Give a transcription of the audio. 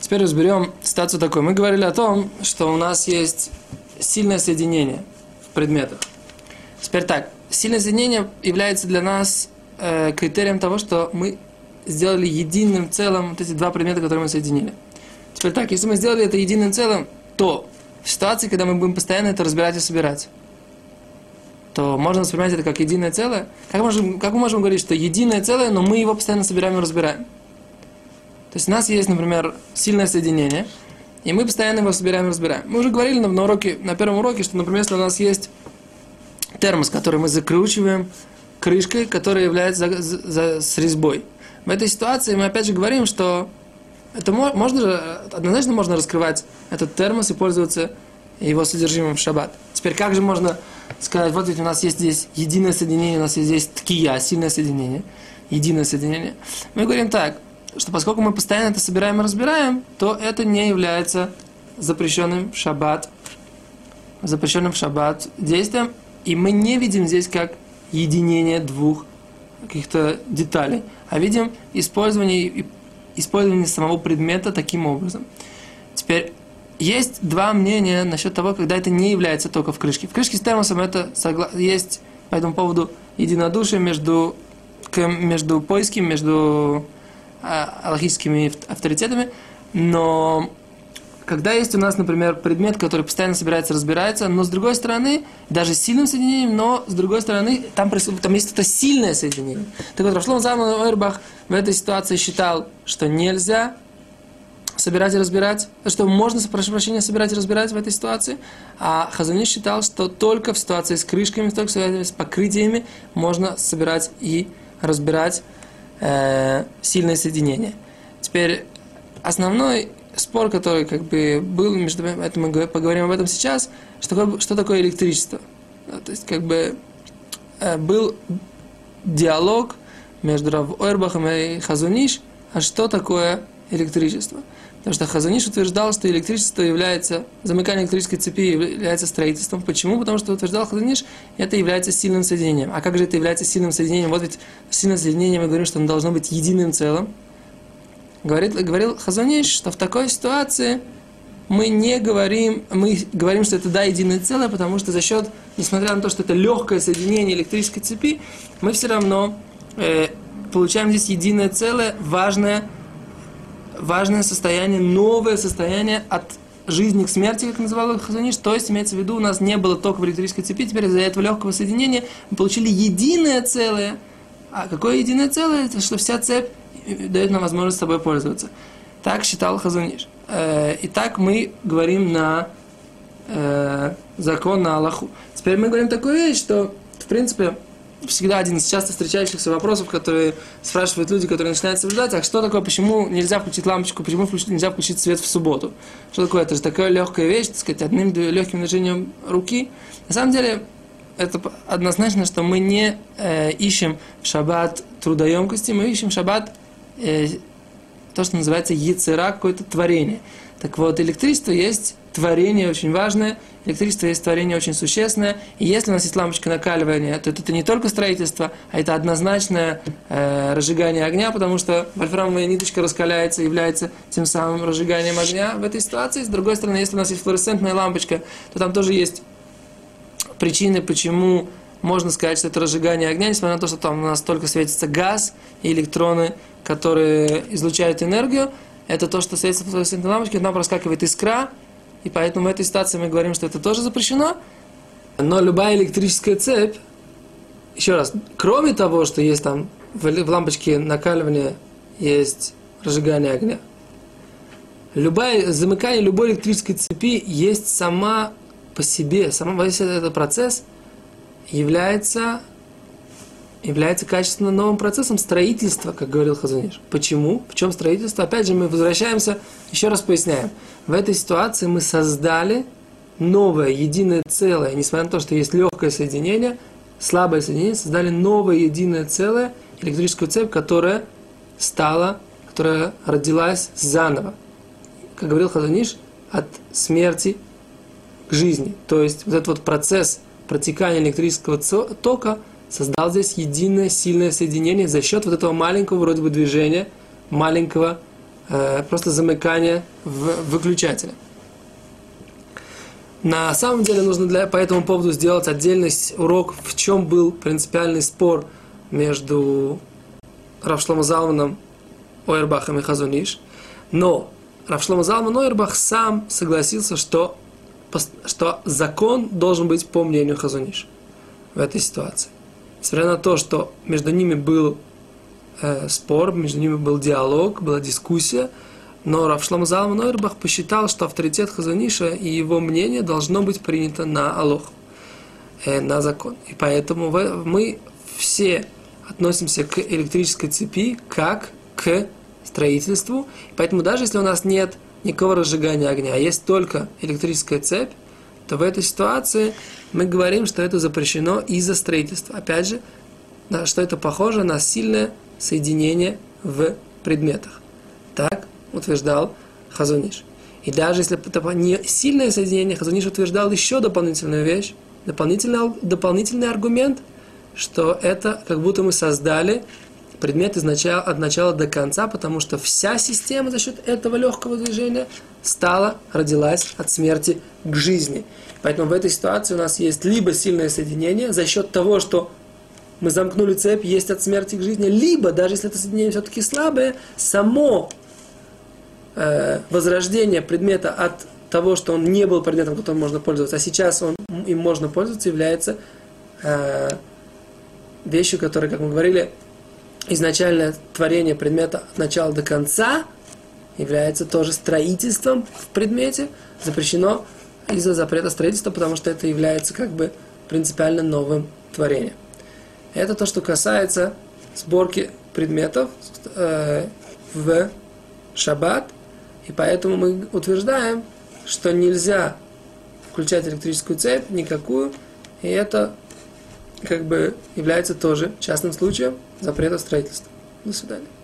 Теперь разберем ситуацию такой. Мы говорили о том, что у нас есть сильное соединение в предметах. Теперь так, сильное соединение является для нас критерием того, что мы сделали единым целым вот эти два предмета, которые мы соединили. Теперь так, если мы сделали это единым целым, то в ситуации, когда мы будем постоянно это разбирать и собирать, то можно воспринимать это как единое целое. Как мы можем говорить, что единое целое, но мы его постоянно собираем и разбираем? То есть у нас есть, например, сильное соединение, и мы постоянно его собираем и разбираем. Мы уже говорили на первом уроке, что, например, если у нас есть термос, который мы закручиваем крышкой, которая является с резьбой. В этой ситуации мы опять же говорим, что это однозначно можно раскрывать этот термос и пользоваться его содержимым в шаббат. Теперь как же можно сказать, вот ведь у нас есть здесь единое соединение, у нас есть здесь ткия, сильное соединение, единое соединение. Мы говорим так, что поскольку мы постоянно это собираем и разбираем, то это не является запрещенным в шаббат действием, и мы не видим здесь как единение двух каких-то деталей, а видим использование самого предмета таким образом. Теперь есть два мнения насчет того, когда это не является только в крышке. В крышке с термосом есть по этому поводу единодушие между пойским, между алахическими авторитетами, но когда есть у нас, например, предмет, который постоянно собирается, разбирается, но с другой стороны, даже с сильным соединением, но с другой стороны, там есть это сильное соединение. Так вот, Рав Шломо Залман Ойрбах в этой ситуации считал, что нельзя собирать и разбирать, что можно, прошу прощения, собирать и разбирать в этой ситуации, а Хазон Иш считал, что только в ситуации с крышками, только в ситуации с покрытиями можно собирать и разбирать сильное соединение. Теперь основной спор, который был между этим, мы поговорим об этом сейчас, что такое электричество. То есть был диалог между Рав Ойрбахом и Хазон Иш, а что такое электричество. Потому что Хазон Иш утверждал, что электричество замыкание электрической цепи является строительством. Почему? Потому что утверждал Хазон Иш, это является сильным соединением. А как же это является сильным соединением? Вот ведь сильное соединение, мы говорим, что оно должно быть единым целым. Говорил Хазон Иш, что в такой ситуации мы говорим, что это единое целое, потому что несмотря на то, что это легкое соединение электрической цепи, мы все равно получаем здесь единое целое, важное состояние, новое состояние от жизни к смерти, как называл Хазон Иш. То есть, имеется в виду, у нас не было тока в электрической цепи, теперь из-за этого легкого соединения мы получили единое целое. А какое единое целое? Это что вся цепь дает нам возможность с собой пользоваться. Так считал Хазон Иш. Итак, мы говорим на закон, на Аллаху. Теперь мы говорим такую вещь, что, в принципе, всегда один из часто встречающихся вопросов, которые спрашивают люди, которые начинают соблюдать, а что такое, почему нельзя включить лампочку, почему нельзя включить свет в субботу? Что такое? Это же такая легкая вещь, так сказать, одним легким движением руки. На самом деле, это однозначно, что мы не ищем в шаббат трудоемкости, мы ищем в шаббат то, что называется яцера, какое-то творение. Так вот, электричество есть творение очень важное, электричество есть творение очень существенное, и если у нас есть лампочка накаливания, то это не только строительство, а это однозначное разжигание огня, потому что вольфрамовая ниточка раскаляется, является тем самым разжиганием огня в этой ситуации. С другой стороны, если у нас есть флуоресцентная лампочка, то там тоже есть причины, почему можно сказать, что это разжигание огня, несмотря на то, что там у нас только светится газ и электроны, которые излучают энергию. Это то, что светится в флуоресцентной лампочке, там проскакивает искра, и поэтому в этой ситуации мы говорим, что это тоже запрещено. Но любая электрическая цепь, еще раз, кроме того, что есть там в лампочке накаливания, есть разжигание огня, замыкание любой электрической цепи есть сама по себе, весь этот процесс является качественно новым процессом строительства, как говорил Хазон Иш. Почему? В чем строительство? Опять же, мы возвращаемся, еще раз поясняем. В этой ситуации мы создали новое, единое целое, несмотря на то, что есть легкое соединение, слабое соединение, создали новое, единое целое, электрическую цепь, которая родилась заново. Как говорил Хазон Иш, от смерти к жизни. То есть, вот этот вот процесс протекания электрического тока создал здесь единое сильное соединение за счет вот этого маленького вроде бы движения, маленького просто замыкание выключателя. На самом деле нужно по этому поводу сделать отдельный урок, в чем был принципиальный спор между Рав Шломо Залманом Ойербахом и Хазон Иш. Но Рав Шломо Залман Ойербах сам согласился, что закон должен быть по мнению Хазон Иш в этой ситуации. Несмотря на то, что между ними был спор, между ними был диалог, была дискуссия, но Рав Шломо Залман Ойербах посчитал, что авторитет Хазон Иша и его мнение должно быть принято на алоху, на закон. И поэтому мы все относимся к электрической цепи как к строительству. Поэтому даже если у нас нет никакого разжигания огня, а есть только электрическая цепь, то в этой ситуации мы говорим, что это запрещено из-за строительства. Опять же, что это похоже на сильное соединение в предметах. Так утверждал Хазон Иш. И даже если это не сильное соединение, Хазон Иш утверждал еще дополнительную вещь, дополнительный аргумент, что это как будто мы создали предмет от начала до конца, потому что вся система за счет этого легкого движения родилась от смерти к жизни. Поэтому в этой ситуации у нас есть либо сильное соединение за счет того, что мы замкнули цепь, есть от смерти к жизни, либо, даже если это соединение все-таки слабое, само возрождение предмета от того, что он не был предметом, которым можно пользоваться, а сейчас им можно пользоваться, является вещью, которая, как мы говорили, изначальное творение предмета от начала до конца является тоже строительством в предмете, запрещено из-за запрета строительства, потому что это является как бы принципиально новым творением. Это то, что касается сборки предметов в шаббат, и поэтому мы утверждаем, что нельзя включать электрическую цепь никакую, и это как бы является тоже частным случаем запрета строительства. До свидания.